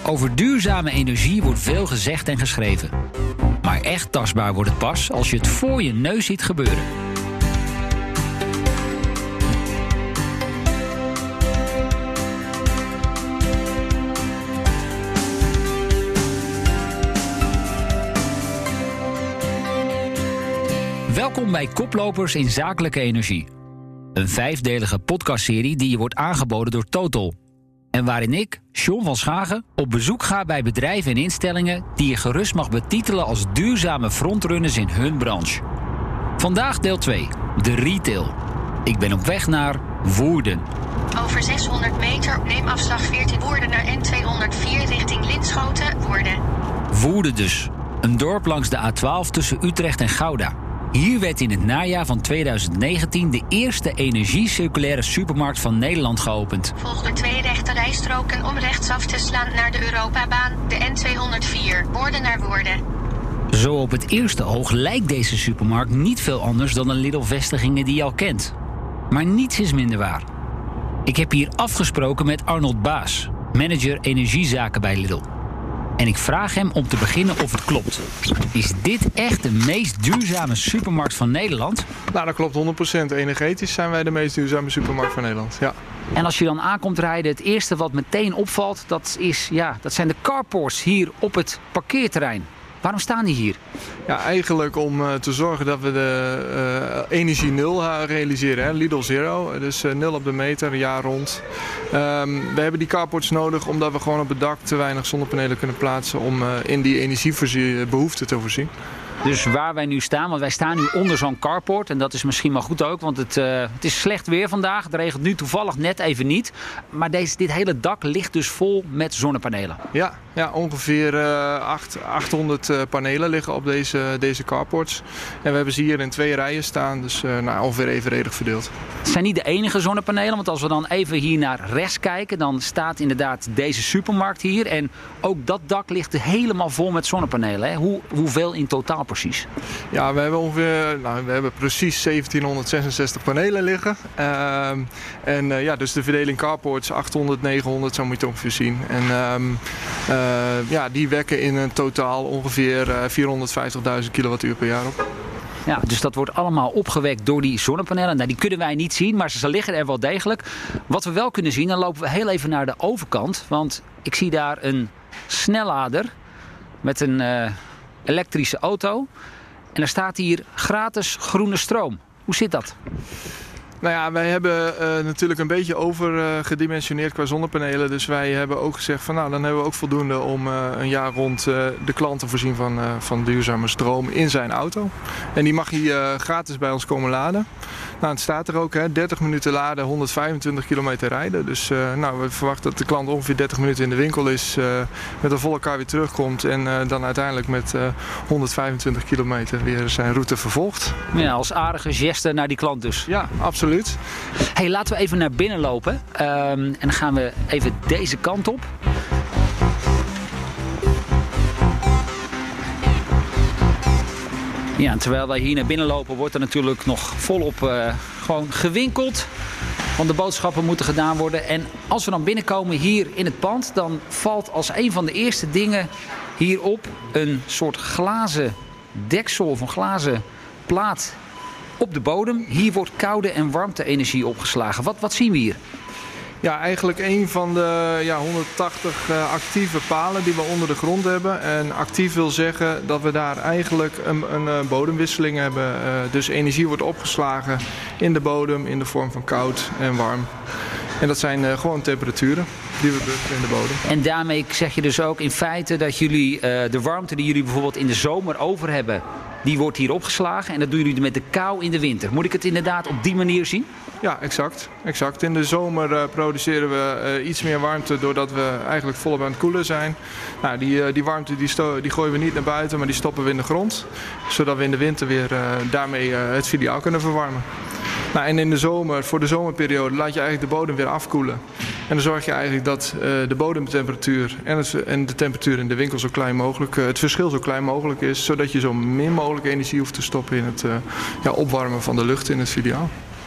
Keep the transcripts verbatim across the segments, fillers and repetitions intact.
Over duurzame energie wordt veel gezegd en geschreven. Maar echt tastbaar wordt het pas als je het voor je neus ziet gebeuren. Welkom bij Koplopers in Zakelijke Energie. Een vijfdelige podcastserie die je wordt aangeboden door Total. En waarin ik, John van Schagen, op bezoek ga bij bedrijven en instellingen die je gerust mag betitelen als duurzame frontrunners in hun branche. Vandaag deel twee, de retail. Ik ben op weg naar Woerden. Over zeshonderd meter, neem afslag veertien Woerden naar N tweehonderdvier richting Linschoten, Woerden. Woerden dus, een dorp langs de A twaalf tussen Utrecht en Gouda. Hier werd in het najaar van tweeduizend negentien de eerste energiecirculaire supermarkt van Nederland geopend. Volg de twee rechte rijstroken om rechtsaf te slaan naar de Europabaan, de N tweehonderdvier, Woerden naar Woerden. Zo op het eerste oog lijkt deze supermarkt niet veel anders dan de Lidl-vestigingen die je al kent. Maar niets is minder waar. Ik heb hier afgesproken met Arnold Baas, manager energiezaken bij Lidl. En ik vraag hem om te beginnen of het klopt. Is dit echt de meest duurzame supermarkt van Nederland? Nou, dat klopt honderd procent. Energetisch zijn wij de meest duurzame supermarkt van Nederland, ja. En als je dan aankomt rijden, het eerste wat meteen opvalt, dat, is, ja, dat zijn de carports hier op het parkeerterrein. Waarom staan die hier? Ja, eigenlijk om uh, te zorgen dat we de uh, energie nul realiseren. Hè? Lidl Zero, dus uh, nul op de meter, jaar rond. Um, we hebben die carports nodig omdat we gewoon op het dak te weinig zonnepanelen kunnen plaatsen om uh, in die energiebehoefte te voorzien. Dus waar wij nu staan, want wij staan nu onder zo'n carport. En dat is misschien maar goed ook, want het, uh, het is slecht weer vandaag. Het regent nu toevallig net even niet. Maar deze, dit hele dak ligt dus vol met zonnepanelen. Ja, ja ongeveer uh, achthonderd uh, panelen liggen op deze, deze carports. En we hebben ze hier in twee rijen staan, dus uh, nou, ongeveer evenredig verdeeld. Het zijn niet de enige zonnepanelen, want als we dan even hier naar rechts kijken, dan staat inderdaad deze supermarkt hier. En ook dat dak ligt helemaal vol met zonnepanelen. Hè? Hoe, hoeveel in totaal precies? Ja, we hebben ongeveer, nou, we hebben precies zeventienhonderdzesenzestig panelen liggen. Uh, en uh, ja, dus de verdeling carports achthonderd, negenhonderd, zo moet je het ongeveer zien. En um, uh, ja, die wekken in een totaal ongeveer uh, vierhonderdvijftigduizend kilowattuur per jaar op. Ja, dus dat wordt allemaal opgewekt door die zonnepanelen. Nou, die kunnen wij niet zien, maar ze liggen er wel degelijk. Wat we wel kunnen zien, dan lopen we heel even naar de overkant. Want ik zie daar een snellader met een uh, elektrische auto. En er staat hier gratis groene stroom. Hoe zit dat? Nou ja, wij hebben uh, natuurlijk een beetje overgedimensioneerd uh, qua zonnepanelen. Dus wij hebben ook gezegd van nou, dan hebben we ook voldoende om uh, een jaar rond uh, de klant te voorzien van, uh, van duurzame stroom in zijn auto. En die mag hij uh, gratis bij ons komen laden. Nou, het staat er ook, hè, dertig minuten laden, honderdvijfentwintig kilometer rijden. Dus uh, nou, we verwachten dat de klant ongeveer dertig minuten in de winkel is, uh, met een volle kar weer terugkomt en uh, dan uiteindelijk met uh, honderdvijfentwintig kilometer weer zijn route vervolgt. Ja, als aardige geste naar die klant dus. Ja, absoluut. Hey, laten we even naar binnen lopen. Um, en dan gaan we even deze kant op. Ja, en terwijl wij hier naar binnen lopen, wordt er natuurlijk nog volop uh, gewoon gewinkeld. Want de boodschappen moeten gedaan worden. En als we dan binnenkomen hier in het pand, dan valt als een van de eerste dingen hierop een soort glazen deksel of een glazen plaat op de bodem. Hier wordt koude en warmte-energie opgeslagen. Wat, wat zien we hier? Ja, eigenlijk een van de ja, honderdtachtig uh, actieve palen die we onder de grond hebben. En actief wil zeggen dat we daar eigenlijk een, een, een bodemwisseling hebben. Uh, dus energie wordt opgeslagen in de bodem in de vorm van koud en warm. En dat zijn uh, gewoon temperaturen die we bufferen in de bodem. En daarmee zeg je dus ook in feite dat jullie uh, de warmte die jullie bijvoorbeeld in de zomer over hebben, die wordt hier opgeslagen en dat doen jullie met de kou in de winter. Moet ik het inderdaad op die manier zien? Ja, exact. exact. In de zomer uh, produceren we uh, iets meer warmte doordat we eigenlijk volop aan het koelen zijn. Nou, die, uh, die warmte die, sto- die gooien we niet naar buiten, maar die stoppen we in de grond. Zodat we in de winter weer uh, daarmee uh, het filiaal kunnen verwarmen. Nou, en in de zomer, voor de zomerperiode, laat je eigenlijk de bodem weer afkoelen. En dan zorg je eigenlijk dat uh, de bodemtemperatuur en, het, en de temperatuur in de winkel zo klein mogelijk, uh, het verschil zo klein mogelijk is. Zodat je zo min mogelijk energie hoeft te stoppen in het uh, ja, opwarmen van de lucht in het filiaal.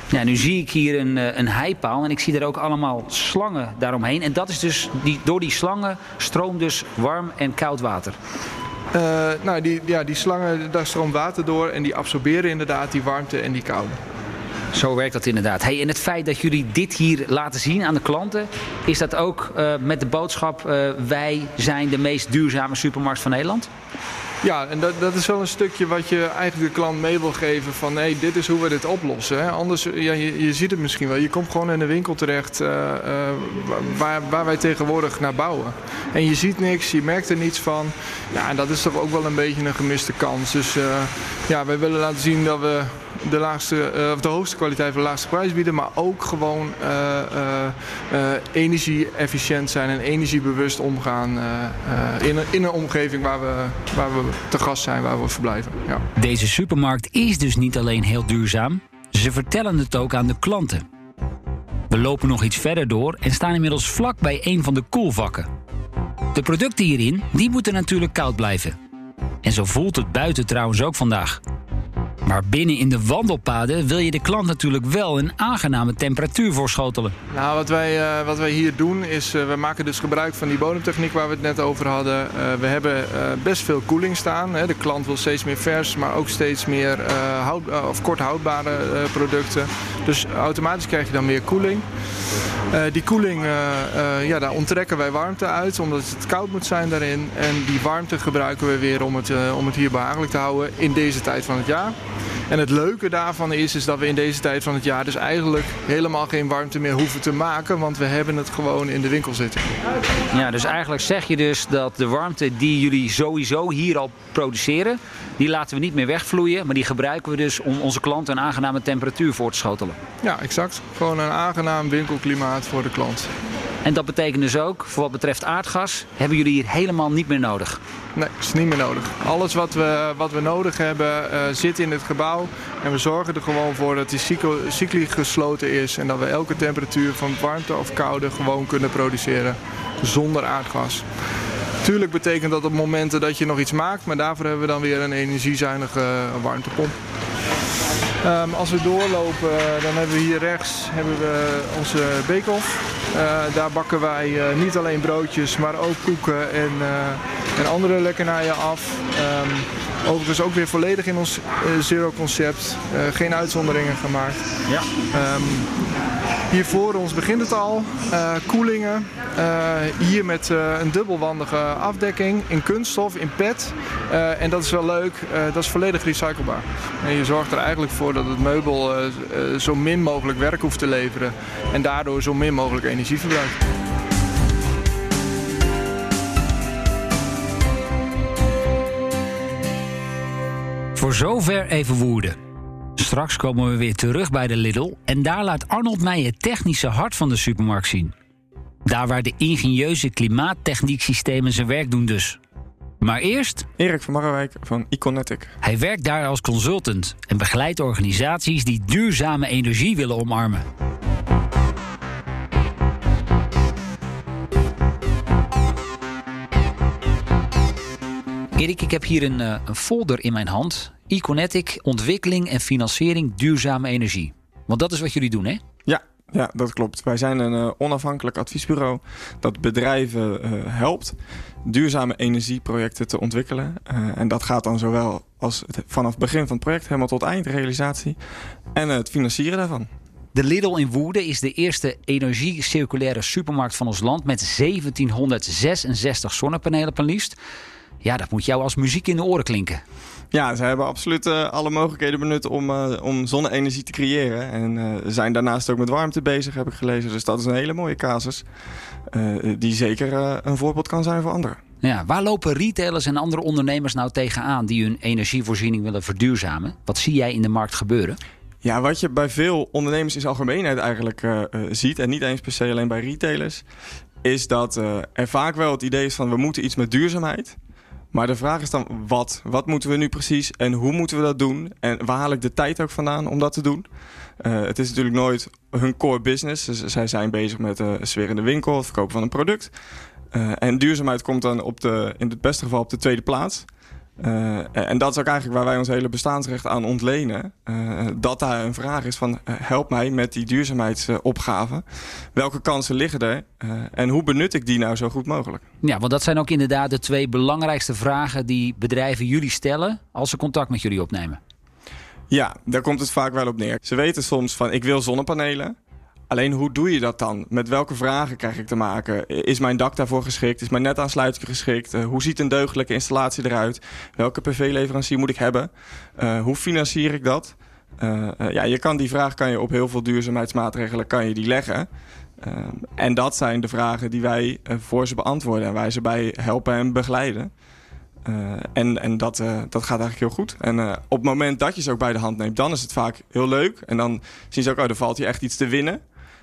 Ja, nu zie ik hier een, een heipaal en ik zie er ook allemaal slangen daaromheen. En dat is dus, die, door die slangen stroomt dus warm en koud water. Uh, nou, die, ja, die slangen, daar stroomt water door en die absorberen inderdaad die warmte en die koude. Zo werkt dat inderdaad. Hey, en het feit dat jullie dit hier laten zien aan de klanten, is dat ook uh, met de boodschap uh, wij zijn de meest duurzame supermarkt van Nederland? Ja, en dat, dat is wel een stukje wat je eigenlijk de klant mee wil geven van hé, hey, dit is hoe we dit oplossen. Hè. Anders, ja, je, je ziet het misschien wel, je komt gewoon in een winkel terecht uh, uh, waar, waar wij tegenwoordig naar bouwen. En je ziet niks, je merkt er niets van. Ja, en dat is toch ook wel een beetje een gemiste kans. Dus uh, ja, wij willen laten zien dat we de, laagste, uh, of de hoogste kwaliteit voor de laagste prijs bieden, maar ook gewoon uh, uh, uh, energie-efficiënt zijn en energiebewust omgaan uh, uh, in, een, in een omgeving waar we, waar we te gast zijn, waar we verblijven. Ja. Deze supermarkt is dus niet alleen heel duurzaam, ze vertellen het ook aan de klanten. We lopen nog iets verder door en staan inmiddels vlak bij een van de koelvakken. De producten hierin, die moeten natuurlijk koud blijven. En zo voelt het buiten trouwens ook vandaag. Maar binnen in de wandelpaden wil je de klant natuurlijk wel een aangename temperatuur voorschotelen. Nou, wat wij, uh, wat wij hier doen is, uh, we maken dus gebruik van die bodemtechniek waar we het net over hadden. Uh, we hebben uh, best veel koeling staan. Hè. De klant wil steeds meer vers, maar ook steeds meer uh, houd, uh, of kort houdbare uh, producten. Dus automatisch krijg je dan meer koeling. Uh, die koeling, uh, uh, ja, daar onttrekken wij warmte uit, omdat het koud moet zijn daarin. En die warmte gebruiken we weer om het, uh, om het hier behagelijk te houden in deze tijd van het jaar. En het leuke daarvan is, is dat we in deze tijd van het jaar dus eigenlijk helemaal geen warmte meer hoeven te maken, want we hebben het gewoon in de winkel zitten. Ja, dus eigenlijk zeg je dus dat de warmte die jullie sowieso hier al produceren, die laten we niet meer wegvloeien, maar die gebruiken we dus om onze klanten een aangename temperatuur voor te schotelen. Ja, exact. Gewoon een aangenaam winkelklimaat voor de klant. En dat betekent dus ook, voor wat betreft aardgas, hebben jullie hier helemaal niet meer nodig? Nee, is niet meer nodig. Alles wat we, wat we nodig hebben uh, zit in het gebouw. En we zorgen er gewoon voor dat die cyclo, cycli gesloten is. En dat we elke temperatuur van warmte of koude gewoon kunnen produceren zonder aardgas. Tuurlijk betekent dat op momenten dat je nog iets maakt. Maar daarvoor hebben we dan weer een energiezuinige uh, warmtepomp. Um, als we doorlopen, dan hebben we hier rechts hebben we onze bake-off. Uh, daar bakken wij uh, niet alleen broodjes, maar ook koeken en, uh, en andere lekkernijen af. Um, overigens ook weer volledig in ons uh, zero-concept. Uh, geen uitzonderingen gemaakt. Ja. Um, hier voor ons begint het al. Uh, koelingen. Uh, hier met uh, een dubbelwandige afdekking in kunststof, in P E T. Uh, en dat is wel leuk. Uh, dat is volledig recyclebaar. En je zorgt er eigenlijk voor dat het meubel uh, uh, zo min mogelijk werk hoeft te leveren. En daardoor zo min mogelijk energie verbruikt. Voor zover even Woerden. Straks komen we weer terug bij de Lidl en daar laat Arnold mij het technische hart van de supermarkt zien. Daar waar de ingenieuze klimaattechnieksystemen zijn werk doen dus. Maar eerst... Erik van Marrewijk van Econetic. Hij werkt daar als consultant en begeleidt organisaties die duurzame energie willen omarmen. Erik, ik heb hier een, uh, een folder in mijn hand. Econetic, ontwikkeling en financiering duurzame energie. Want dat is wat jullie doen, hè? Ja, ja dat klopt. Wij zijn een uh, onafhankelijk adviesbureau dat bedrijven uh, helpt duurzame energieprojecten te ontwikkelen. Uh, en dat gaat dan zowel als het, vanaf het begin van het project helemaal tot eindrealisatie en uh, het financieren daarvan. De Lidl in Woerden is de eerste energiecirculaire supermarkt van ons land met zeventienhonderdzesenzestig zonnepanelen per liefst. Ja, dat moet jou als muziek in de oren klinken. Ja, ze hebben absoluut uh, alle mogelijkheden benut om, uh, om zonne-energie te creëren. En uh, zijn daarnaast ook met warmte bezig, heb ik gelezen. Dus dat is een hele mooie casus uh, die zeker uh, een voorbeeld kan zijn voor anderen. Ja, waar lopen retailers en andere ondernemers nou tegenaan die hun energievoorziening willen verduurzamen? Wat zie jij in de markt gebeuren? Ja, wat je bij veel ondernemers in zijn algemeenheid eigenlijk uh, uh, ziet, en niet eens per se alleen bij retailers, is dat uh, er vaak wel het idee is van we moeten iets met duurzaamheid. Maar de vraag is dan wat? Wat moeten we nu precies en hoe moeten we dat doen? En waar haal ik de tijd ook vandaan om dat te doen? Uh, het is natuurlijk nooit hun core business. Dus zij zijn bezig met uh, sfeer in de winkel, het verkopen van een product. Uh, en duurzaamheid komt dan op de, in het beste geval op de tweede plaats. Uh, en dat is ook eigenlijk waar wij ons hele bestaansrecht aan ontlenen. Uh, dat daar een vraag is van uh, help mij met die duurzaamheidsopgave. Welke kansen liggen er uh, en hoe benut ik die nou zo goed mogelijk? Ja, want dat zijn ook inderdaad de twee belangrijkste vragen die bedrijven jullie stellen als ze contact met jullie opnemen. Ja, daar komt het vaak wel op neer. Ze weten soms van ik wil zonnepanelen. Alleen hoe doe je dat dan? Met welke vragen krijg ik te maken? Is mijn dak daarvoor geschikt? Is mijn netaansluiting geschikt? Uh, hoe ziet een deugdelijke installatie eruit? Welke P V-leverancier moet ik hebben? Uh, hoe financier ik dat? Uh, uh, ja, je kan die vraag kan je op heel veel duurzaamheidsmaatregelen kan je die leggen. Uh, en dat zijn de vragen die wij uh, voor ze beantwoorden en wij ze bij helpen en begeleiden. Uh, en en dat, uh, dat gaat eigenlijk heel goed. En uh, op het moment dat je ze ook bij de hand neemt, dan is het vaak heel leuk. En dan zien ze ook, oh, er valt hier echt iets te winnen.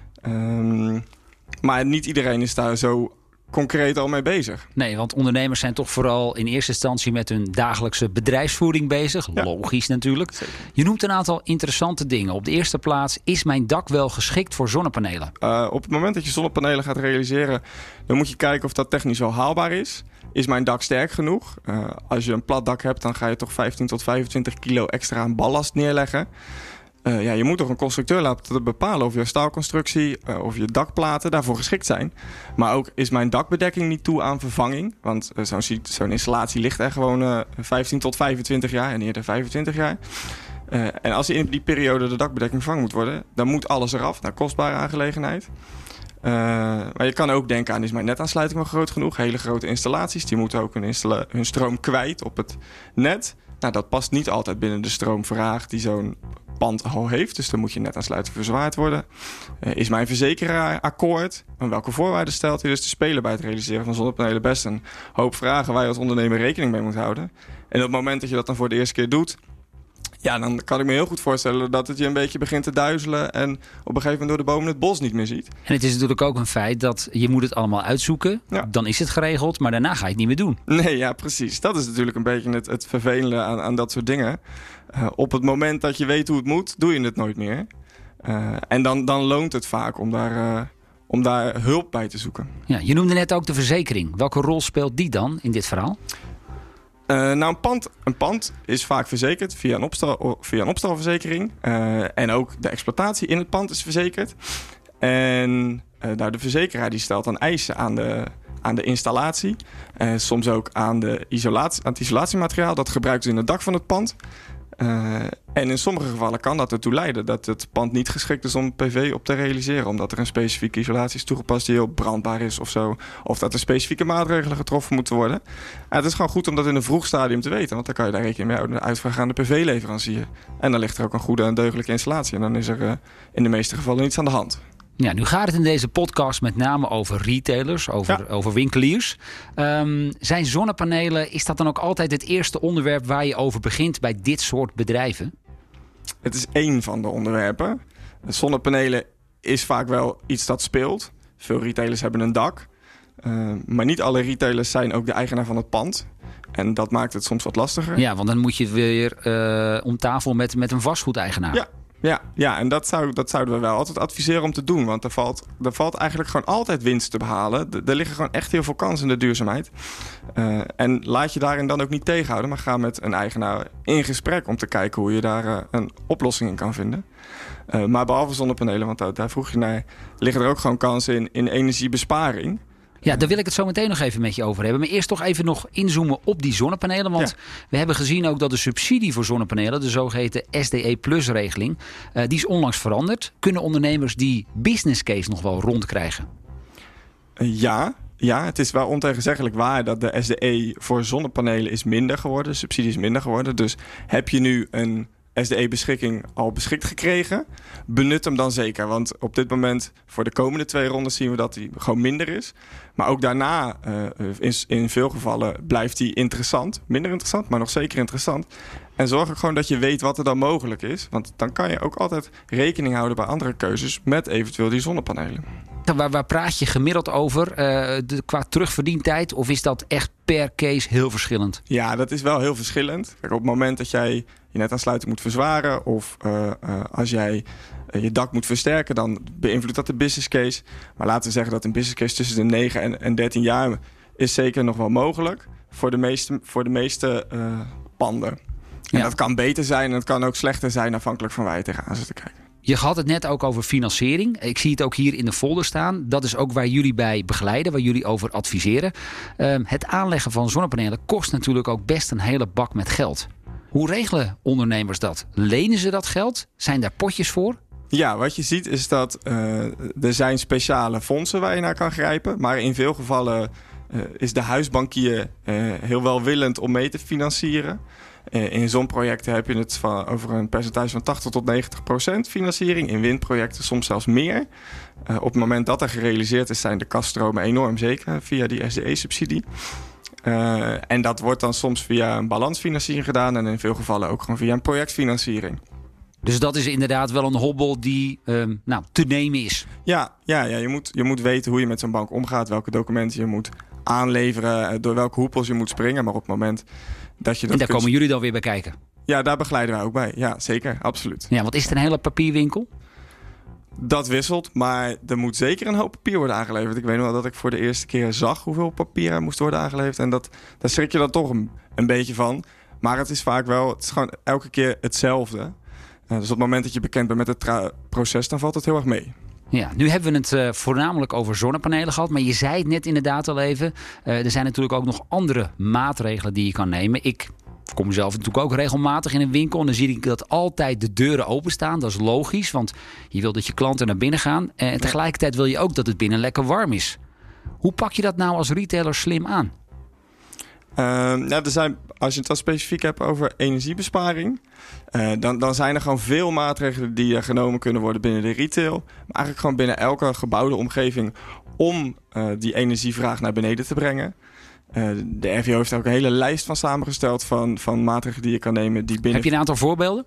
Um, maar niet iedereen is daar zo concreet al mee bezig. Nee, want ondernemers zijn toch vooral in eerste instantie met hun dagelijkse bedrijfsvoering bezig. Ja. Logisch natuurlijk. Zeker. Je noemt een aantal interessante dingen. Op de eerste plaats, is mijn dak wel geschikt voor zonnepanelen? Uh, op het moment dat je zonnepanelen gaat realiseren, dan moet je kijken of dat technisch wel haalbaar is. Is mijn dak sterk genoeg? Uh, als je een plat dak hebt, dan ga je toch vijftien tot vijfentwintig kilo extra aan ballast neerleggen. Uh, ja, je moet toch een constructeur laten bepalen of je staalconstructie uh, of je dakplaten daarvoor geschikt zijn. Maar ook, is mijn dakbedekking niet toe aan vervanging? Want uh, zo'n, zo'n installatie ligt er gewoon uh, vijftien tot vijfentwintig jaar en eerder vijfentwintig jaar. Uh, en als in die periode de dakbedekking vervangen moet worden, dan moet alles eraf. Nou, kostbare aangelegenheid. Uh, maar je kan ook denken aan, is mijn netaansluiting wel groot genoeg? Hele grote installaties, die moeten ook hun, installa- hun stroom kwijt op het net. Nou, dat past niet altijd binnen de stroomvraag die zo'n pand al heeft. Dus dan moet je netaansluiting verzwaard worden. Uh, is mijn verzekeraar akkoord? En welke voorwaarden stelt hij? Dus te spelen bij het realiseren van zonnepanelen best een hoop vragen waar je als ondernemer rekening mee moet houden. En op het moment dat je dat dan voor de eerste keer doet, ja, dan kan ik me heel goed voorstellen dat het je een beetje begint te duizelen en op een gegeven moment door de bomen het bos niet meer ziet. En het is natuurlijk ook een feit dat je moet het allemaal uitzoeken. Ja. Dan is het geregeld, maar daarna ga je het niet meer doen. Nee, ja, precies. Dat is natuurlijk een beetje het, het vervelende aan, aan dat soort dingen. Uh, op het moment dat je weet hoe het moet, doe je het nooit meer. Uh, en dan, dan loont het vaak om daar, uh, om daar hulp bij te zoeken. Ja, je noemde net ook de verzekering. Welke rol speelt die dan in dit verhaal? Uh, nou, een pand, een pand is vaak verzekerd via een, opstal, via een opstalverzekering. Uh, en ook de exploitatie in het pand is verzekerd. En uh, nou, de verzekeraar die stelt dan eisen aan de, aan de installatie. Uh, soms ook aan, de isolatie, aan het isolatiemateriaal dat gebruikt is in het dak van het pand. Uh, en in sommige gevallen kan dat ertoe leiden dat het pand niet geschikt is om P V op te realiseren. Omdat er een specifieke isolatie is toegepast die heel brandbaar is of zo. Of dat er specifieke maatregelen getroffen moeten worden. Uh, het is gewoon goed om dat in een vroeg stadium te weten. Want dan kan je daar rekening mee houden. Uitvragen aan de P V-leverancier. En dan ligt er ook een goede en deugdelijke installatie. En dan is er uh, in de meeste gevallen niets aan de hand. Ja, nu gaat het in deze podcast met name over retailers, over, ja. over winkeliers. Um, zijn zonnepanelen, is dat dan ook altijd het eerste onderwerp waar je over begint bij dit soort bedrijven? Het is één van de onderwerpen. Zonnepanelen is vaak wel iets dat speelt. Veel retailers hebben een dak. Uh, maar niet alle retailers zijn ook de eigenaar van het pand. En dat maakt het soms wat lastiger. Ja, want dan moet je weer uh, om tafel met, met een vastgoedeigenaar. Ja. Ja, ja, en dat, zou, dat zouden we wel altijd adviseren om te doen. Want er valt, er valt eigenlijk gewoon altijd winst te behalen. Er, er liggen gewoon echt heel veel kansen in de duurzaamheid. Uh, en laat je daarin dan ook niet tegenhouden. Maar ga met een eigenaar in gesprek om te kijken hoe je daar uh, een oplossing in kan vinden. Uh, maar behalve zonnepanelen, want daar, daar vroeg je naar, liggen er ook gewoon kansen in, in energiebesparing. Ja, daar wil ik het zo meteen nog even met je over hebben. Maar eerst toch even nog inzoomen op die zonnepanelen. Want ja. we hebben gezien ook dat de subsidie voor zonnepanelen, de zogeheten S D E Plus regeling, uh, die is onlangs veranderd. Kunnen ondernemers die business case nog wel rondkrijgen? Uh, ja, ja, het is wel ontegenzeggelijk waar dat de S D E voor zonnepanelen is minder geworden. De subsidie is minder geworden. Dus heb je nu een S D E-beschikking al beschikt gekregen, benut hem dan zeker. Want op dit moment, voor de komende twee rondes, zien we dat hij gewoon minder is. Maar ook daarna, uh, in, in veel gevallen, blijft hij interessant. Minder interessant, maar nog zeker interessant. En zorg ook gewoon dat je weet wat er dan mogelijk is. Want dan kan je ook altijd rekening houden bij andere keuzes met eventueel die zonnepanelen. Waar, waar praat je gemiddeld over uh, de, qua terugverdientijd? Of is dat echt per case heel verschillend? Ja, dat is wel heel verschillend. Kijk, op het moment dat jij je netaansluiting moet verzwaren, of uh, uh, als jij uh, je dak moet versterken, dan beïnvloedt dat de business case. Maar laten we zeggen dat een business case tussen de negen en dertien jaar is zeker nog wel mogelijk. voor de meeste, voor de meeste uh, panden. En ja. dat kan beter zijn en het kan ook slechter zijn afhankelijk van waar je tegenaan zit te kijken. Je had het net ook over financiering. Ik zie het ook hier in de folder staan. Dat is ook waar jullie bij begeleiden, waar jullie over adviseren. Uh, het aanleggen van zonnepanelen kost natuurlijk ook best een hele bak met geld. Hoe regelen ondernemers dat? Lenen ze dat geld? Zijn daar potjes voor? Ja, wat je ziet is dat uh, er zijn speciale fondsen waar je naar kan grijpen. Maar in veel gevallen uh, is de huisbankier uh, heel welwillend om mee te financieren. Uh, in zonprojecten heb je het van, over een percentage van tachtig tot negentig procent financiering. In windprojecten soms zelfs meer. Uh, op het moment dat er gerealiseerd is, zijn de kaststromen enorm zeker via die S D E-subsidie. Uh, en dat wordt dan soms via een balansfinanciering gedaan en in veel gevallen ook gewoon via een projectfinanciering. Dus dat is inderdaad wel een hobbel die um, nou, te nemen is. Ja, ja, ja je, moet, je moet weten hoe je met zo'n bank omgaat, welke documenten je moet aanleveren, door welke hoepels je moet springen. Maar op het moment dat je dat En daar kunt... komen jullie dan weer bij kijken? Ja, daar begeleiden wij ook bij. Ja, zeker, absoluut. Ja, want is het een hele papierwinkel? Dat wisselt, maar er moet zeker een hoop papier worden aangeleverd. Ik weet nog wel dat ik voor de eerste keer zag hoeveel papier er moest worden aangeleverd. En dat, daar schrik je dan toch een, een beetje van. Maar het is vaak wel, het is gewoon elke keer hetzelfde. Uh, dus op het moment dat je bekend bent met het tra- proces, dan valt het heel erg mee. Ja, nu hebben we het uh, voornamelijk over zonnepanelen gehad. Maar je zei het net inderdaad al even. Uh, er zijn natuurlijk ook nog andere maatregelen die je kan nemen. Ik kom zelf natuurlijk ook regelmatig in een winkel. En dan zie ik dat altijd de deuren openstaan. Dat is logisch, want je wil dat je klanten naar binnen gaan. En tegelijkertijd wil je ook dat het binnen lekker warm is. Hoe pak je dat nou als retailer slim aan? Uh, nou, er zijn, als je het dan specifiek hebt over energiebesparing... Uh, dan, dan zijn er gewoon veel maatregelen die uh, genomen kunnen worden binnen de retail. Maar eigenlijk gewoon binnen elke gebouwde omgeving... om uh, die energievraag naar beneden te brengen. Uh, de R V O heeft daar ook een hele lijst van samengesteld... van, van maatregelen die je kan nemen. Die binnen... Heb je een aantal voorbeelden?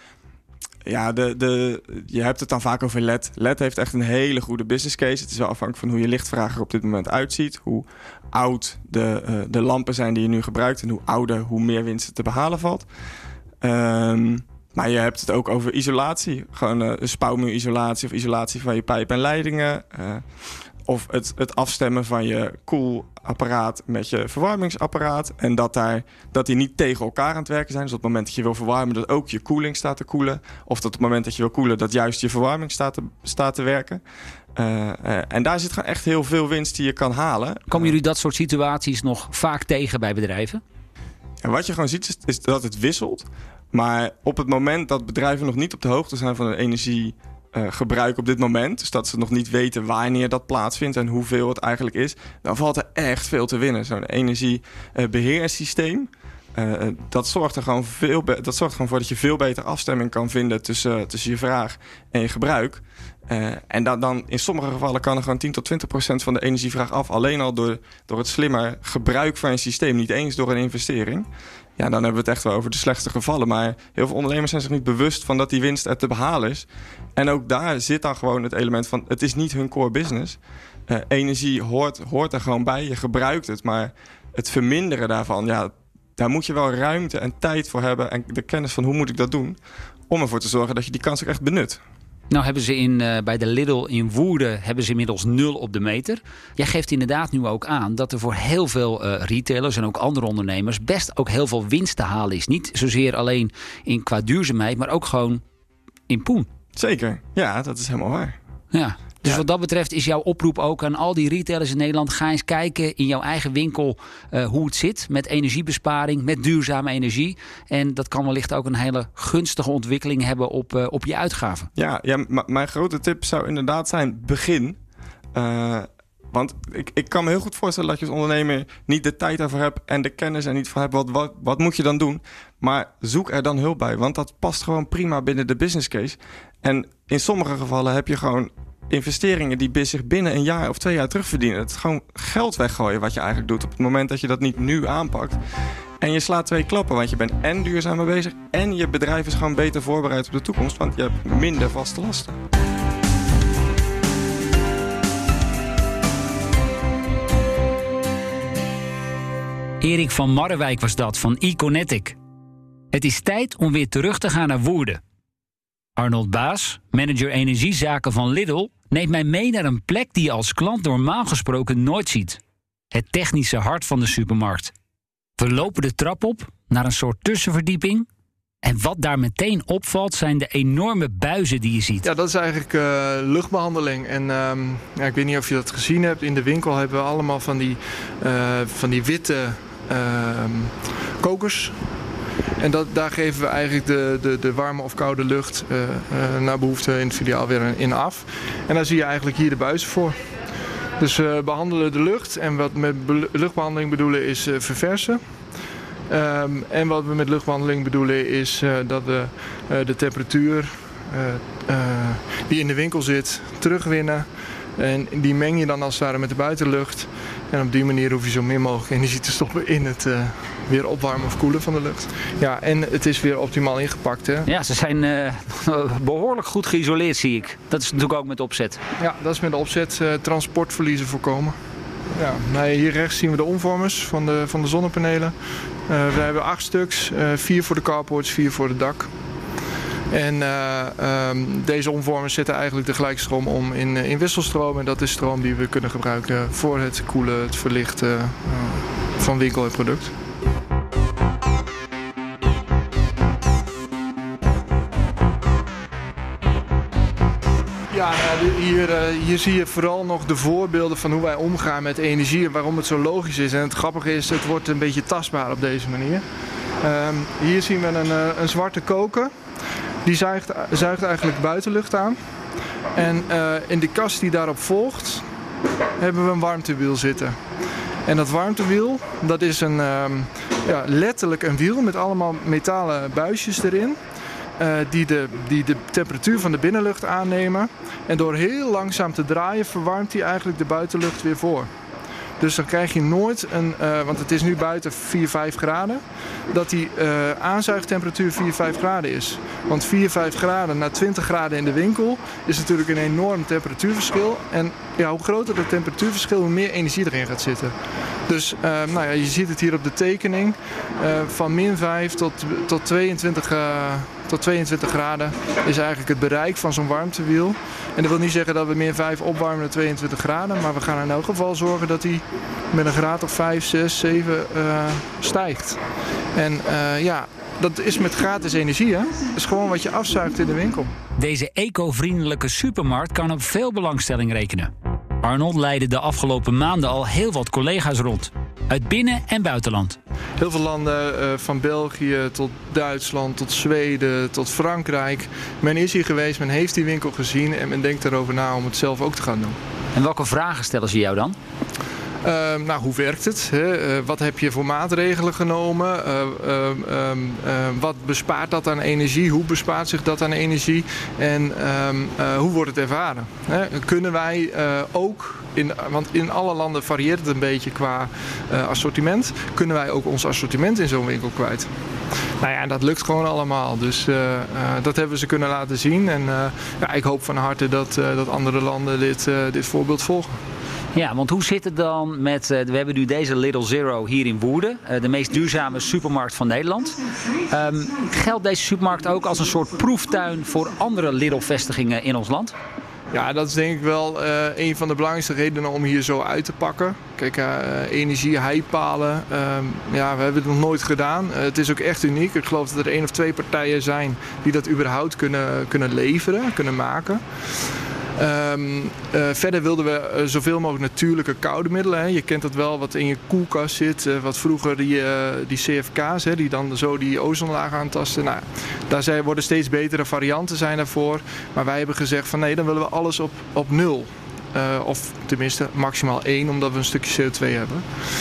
Ja, de, de, je hebt het dan vaak over L E D. L E D heeft echt een hele goede business case. Het is wel afhankelijk van hoe je lichtvraag er op dit moment uitziet. Hoe oud de, uh, de lampen zijn die je nu gebruikt. En hoe ouder, hoe meer winst te behalen valt. Um, maar je hebt het ook over isolatie. Gewoon uh, een spouwmuurisolatie of isolatie van je pijpen en leidingen. Uh, of het, het afstemmen van je koelapparaat met je verwarmingsapparaat. En dat, daar, dat die niet tegen elkaar aan het werken zijn. Dus op het moment dat je wil verwarmen, dat ook je koeling staat te koelen. Of dat op het moment dat je wil koelen, dat juist je verwarming staat te, staat te werken. Uh, uh, en daar zit gewoon echt heel veel winst die je kan halen. Komen jullie dat soort situaties nog vaak tegen bij bedrijven? En wat je gewoon ziet is, is dat het wisselt. Maar op het moment dat bedrijven nog niet op de hoogte zijn van hun energiegebruik op dit moment... dus dat ze nog niet weten wanneer dat plaatsvindt en hoeveel het eigenlijk is... dan valt er echt veel te winnen. Zo'n energiebeheersysteem, uh, dat zorgt er gewoon veel be- dat zorgt gewoon voor dat je veel beter afstemming kan vinden tussen, uh, tussen je vraag en je gebruik. Uh, en dan, dan in sommige gevallen kan er gewoon tien tot twintig procent van de energievraag af. Alleen al door, door het slimmer gebruik van je systeem. Niet eens door een investering. Ja, dan hebben we het echt wel over de slechtste gevallen. Maar heel veel ondernemers zijn zich niet bewust van dat die winst er te behalen is. En ook daar zit dan gewoon het element van... het is niet hun core business. Uh, energie hoort, hoort er gewoon bij. Je gebruikt het. Maar het verminderen daarvan... ja, daar moet je wel ruimte en tijd voor hebben. En de kennis van hoe moet ik dat doen. Om ervoor te zorgen dat je die kans ook echt benut. Nou hebben ze in, uh, bij de Lidl in Woerden hebben ze inmiddels nul op de meter. Jij geeft inderdaad nu ook aan dat er voor heel veel uh, retailers en ook andere ondernemers best ook heel veel winst te halen is. Niet zozeer alleen in qua duurzaamheid, maar ook gewoon in poen. Zeker, ja, dat is helemaal waar. Ja. Dus ja. wat dat betreft is jouw oproep ook aan al die retailers in Nederland. Ga eens kijken in jouw eigen winkel uh, hoe het zit met energiebesparing, met duurzame energie. En dat kan wellicht ook een hele gunstige ontwikkeling hebben op, uh, op je uitgaven. Ja, ja m- mijn grote tip zou inderdaad zijn, begin. Uh, want ik, ik kan me heel goed voorstellen dat je als ondernemer niet de tijd daarvoor hebt en de kennis er niet voor hebt. Wat, wat, wat moet je dan doen? Maar zoek er dan hulp bij, want dat past gewoon prima binnen de business case. En in sommige gevallen heb je gewoon investeringen die zich binnen een jaar of twee jaar terugverdienen. Het is gewoon geld weggooien wat je eigenlijk doet op het moment dat je dat niet nu aanpakt. En je slaat twee klappen, want je bent en duurzamer bezig en je bedrijf is gewoon beter voorbereid op de toekomst, want je hebt minder vaste lasten. Erik van Marrewijk was dat, van Econetic. Het is tijd om weer terug te gaan naar Woerden. Arnold Baas, manager energiezaken van Lidl, neemt mij mee naar een plek die je als klant normaal gesproken nooit ziet. Het technische hart van de supermarkt. We lopen de trap op naar een soort tussenverdieping. En wat daar meteen opvalt zijn de enorme buizen die je ziet. Ja, dat is eigenlijk uh, luchtbehandeling. En um, ja, ik weet niet of je dat gezien hebt. In de winkel hebben we allemaal van die, uh, van die witte uh, kokers. En dat, daar geven we eigenlijk de, de, de warme of koude lucht uh, uh, naar behoefte in het filiaal weer in af. En daar zie je eigenlijk hier de buizen voor. Dus we behandelen de lucht. En wat we met be- luchtbehandeling bedoelen is uh, verversen. Um, en wat we met luchtbehandeling bedoelen is uh, dat we uh, de temperatuur uh, uh, die in de winkel zit terugwinnen. En die meng je dan als het ware met de buitenlucht. En op die manier hoef je zo min mogelijk energie te stoppen in het uh, weer opwarmen of koelen van de lucht. Ja, en het is weer optimaal ingepakt. Hè? Ja, ze zijn uh, behoorlijk goed geïsoleerd, zie ik. Dat is natuurlijk ook met opzet. Ja, dat is met de opzet uh, transportverliezen voorkomen. Ja, nou, hier rechts zien we de omvormers van de, van de zonnepanelen. Uh, we hebben acht stuks, uh, vier voor de carports, vier voor het dak. En uh, um, deze omvormers zetten eigenlijk de gelijkstroom om in, uh, in wisselstroom. En dat is stroom die we kunnen gebruiken voor het koelen, het verlichten uh, van winkel en product. Ja, nou, hier, uh, hier zie je vooral nog de voorbeelden van hoe wij omgaan met energie en waarom het zo logisch is. En het grappige is, het wordt een beetje tastbaar op deze manier. Um, hier zien we een, uh, een zwarte koker. Die zuigt, zuigt eigenlijk buitenlucht aan. En uh, in de kast die daarop volgt, hebben we een warmtewiel zitten. En dat warmtewiel, dat is een, um, ja, letterlijk een wiel met allemaal metalen buisjes erin. Uh, die, de, die de temperatuur van de binnenlucht aannemen. En door heel langzaam te draaien verwarmt hij eigenlijk de buitenlucht weer voor. Dus dan krijg je nooit een, uh, want het is nu buiten vier, vijf graden, dat die uh, aanzuigtemperatuur vier, vijf graden is. Want vier, vijf graden naar twintig graden in de winkel is natuurlijk een enorm temperatuurverschil. En ja, hoe groter het temperatuurverschil, hoe meer energie erin gaat zitten. Dus uh, nou ja, je ziet het hier op de tekening. Uh, van min vijf tot, tot, tweeëntwintig, uh, tot tweeëntwintig graden is eigenlijk het bereik van zo'n warmtewiel. En dat wil niet zeggen dat we min vijf opwarmen naar tweeëntwintig graden. Maar we gaan in elk geval zorgen dat hij met een graad of vijf, zes, zeven uh, stijgt. En uh, ja, dat is met gratis energie, hè? Dat is gewoon wat je afzuigt in de winkel. Deze eco-vriendelijke supermarkt kan op veel belangstelling rekenen. Arnold leidde de afgelopen maanden al heel wat collega's rond. Uit binnen- en buitenland. Heel veel landen, uh, van België tot Duitsland, tot Zweden, tot Frankrijk. Men is hier geweest, men heeft die winkel gezien en men denkt erover na om het zelf ook te gaan doen. En welke vragen stellen ze jou dan? Uh, nou, hoe werkt het? Hè? Uh, wat heb je voor maatregelen genomen? Uh, uh, uh, uh, wat bespaart dat aan energie? Hoe bespaart zich dat aan energie? En uh, uh, hoe wordt het ervaren? Hè? Kunnen wij uh, ook, in, want in alle landen varieert het een beetje qua uh, assortiment. Kunnen wij ook ons assortiment in zo'n winkel kwijt? Nou ja, dat lukt gewoon allemaal. Dus uh, uh, dat hebben we ze kunnen laten zien. En uh, ja, ik hoop van harte dat, uh, dat andere landen dit, uh, dit voorbeeld volgen. Ja, want hoe zit het dan met... Uh, we hebben nu deze Little Zero hier in Woerden. Uh, de meest duurzame supermarkt van Nederland. Um, geldt deze supermarkt ook als een soort proeftuin voor andere Lidl-vestigingen in ons land? Ja, dat is denk ik wel uh, een van de belangrijkste redenen om hier zo uit te pakken. Kijk, uh, energie, heipalen, uh, ja, we hebben het nog nooit gedaan. Uh, het is ook echt uniek. Ik geloof dat er één of twee partijen zijn die dat überhaupt kunnen, kunnen leveren, kunnen maken. Um, uh, verder wilden we uh, zoveel mogelijk natuurlijke koude middelen. Hè. Je kent dat wel, wat in je koelkast zit. Uh, wat vroeger die, uh, die C F K's, hè, die dan zo die ozonlaag aantasten. Nou, daar zijn, worden steeds betere varianten zijn daarvoor. Maar wij hebben gezegd van nee, dan willen we alles op, op nul. Uh, of tenminste maximaal één, omdat we een stukje C O twee hebben.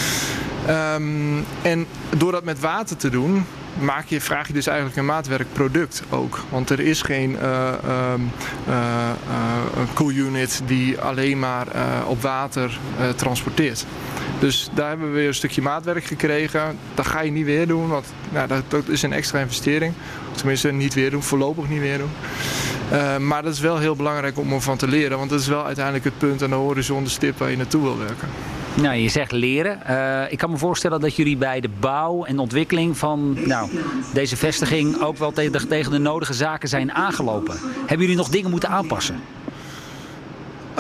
Um, en door dat met water te doen, maak je, vraag je dus eigenlijk een maatwerkproduct ook. Want er is geen uh, um, uh, uh, cool unit die alleen maar uh, op water uh, transporteert. Dus daar hebben we weer een stukje maatwerk gekregen. Dat ga je niet weer doen, want nou, dat, dat is een extra investering. Tenminste, niet weer doen, voorlopig niet weer doen. Uh, maar dat is wel heel belangrijk om ervan te leren. Want dat is wel uiteindelijk het punt aan de horizon, de stip waar je naartoe wil werken. Nou, je zegt leren. Uh, ik kan me voorstellen dat jullie bij de bouw en ontwikkeling van nou, deze vestiging ook wel tegen, tegen de nodige zaken zijn aangelopen. Hebben jullie nog dingen moeten aanpassen? Uh,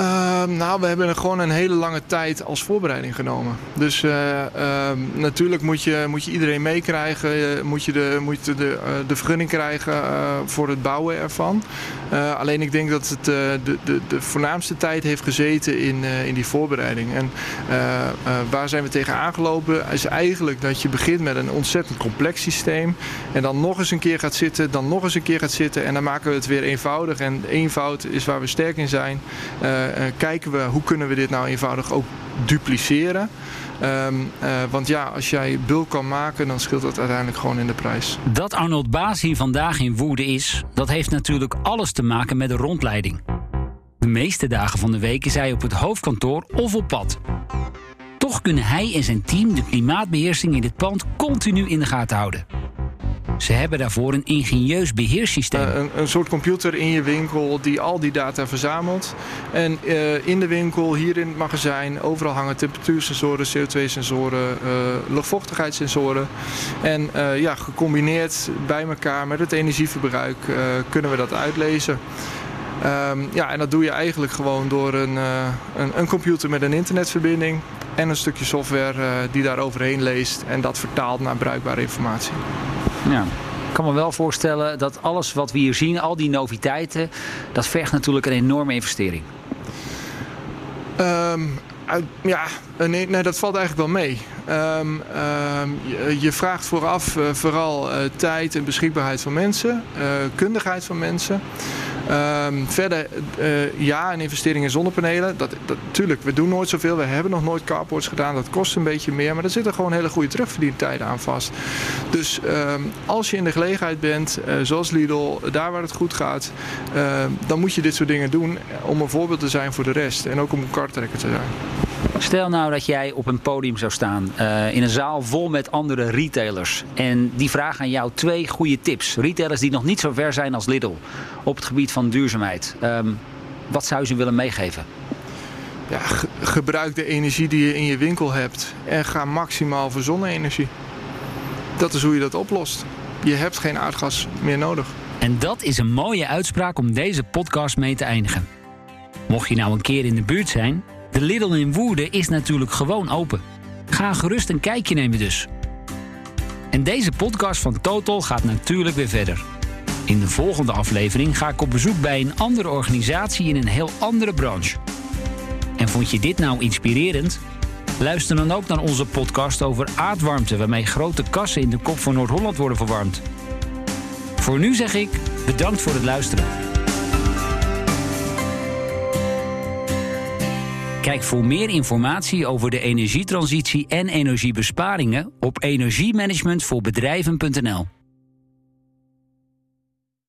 nou, we hebben er gewoon een hele lange tijd als voorbereiding genomen. Dus uh, uh, natuurlijk moet je, moet je iedereen meekrijgen. Uh, moet je de, moet je de, uh, de vergunning krijgen uh, voor het bouwen ervan. Uh, alleen ik denk dat het uh, de, de, de voornaamste tijd heeft gezeten in, uh, in die voorbereiding. En uh, uh, waar zijn we tegen aangelopen? Is eigenlijk dat je begint met een ontzettend complex systeem. En dan nog eens een keer gaat zitten, dan nog eens een keer gaat zitten. En dan maken we het weer eenvoudig. En eenvoud is waar we sterk in zijn. Uh, uh, kijken we hoe kunnen we dit nou eenvoudig ook dupliceren. Um, uh, want ja, als jij bulk kan maken, dan scheelt dat uiteindelijk gewoon in de prijs. Dat Arnold Baas hier vandaag in Woerden is, dat heeft natuurlijk alles te maken met de rondleiding. De meeste dagen van de week is hij op het hoofdkantoor of op pad. Toch kunnen hij en zijn team de klimaatbeheersing in dit pand continu in de gaten houden. Ze hebben daarvoor een ingenieus beheerssysteem. Uh, een, een soort computer in je winkel die al die data verzamelt. En uh, in de winkel, hier in het magazijn, overal hangen temperatuursensoren, C O twee sensoren, uh, luchtvochtigheidssensoren. En uh, ja, gecombineerd bij elkaar met het energieverbruik uh, kunnen we dat uitlezen. Um, ja, en dat doe je eigenlijk gewoon door een, uh, een, een computer met een internetverbinding en een stukje software uh, die daar overheen leest en dat vertaalt naar bruikbare informatie. Ja. Ik kan me wel voorstellen dat alles wat we hier zien, al die noviteiten, dat vergt natuurlijk een enorme investering. Um, ja, nee, nee, dat valt eigenlijk wel mee. Um, um, je, je vraagt vooraf uh, vooral uh, tijd en beschikbaarheid van mensen, uh, kundigheid van mensen. Um, verder, uh, ja, een investering in zonnepanelen. Dat, dat, tuurlijk, we doen nooit zoveel. We hebben nog nooit carports gedaan. Dat kost een beetje meer. Maar er zitten gewoon hele goede terugverdientijden aan vast. Dus um, als je in de gelegenheid bent, uh, zoals Lidl, daar waar het goed gaat, uh, dan moet je dit soort dingen doen om een voorbeeld te zijn voor de rest. En ook om een karttrekker te zijn. Stel nou dat jij op een podium zou staan uh, in een zaal vol met andere retailers. En die vragen aan jou twee goede tips. Retailers die nog niet zo ver zijn als Lidl op het gebied van duurzaamheid. Um, wat zou je ze willen meegeven? Ja, ge- gebruik de energie die je in je winkel hebt en ga maximaal voor zonne-energie. Dat is hoe je dat oplost. Je hebt geen aardgas meer nodig. En dat is een mooie uitspraak om deze podcast mee te eindigen. Mocht je nou een keer in de buurt zijn, de Lidl in Woerden is natuurlijk gewoon open. Ga gerust een kijkje nemen dus. En deze podcast van Total gaat natuurlijk weer verder. In de volgende aflevering ga ik op bezoek bij een andere organisatie in een heel andere branche. En vond je dit nou inspirerend? Luister dan ook naar onze podcast over aardwarmte, waarmee grote kassen in de kop van Noord-Holland worden verwarmd. Voor nu zeg ik bedankt voor het luisteren. Kijk voor meer informatie over de energietransitie en energiebesparingen op energiemanagement voor bedrijven punt n l.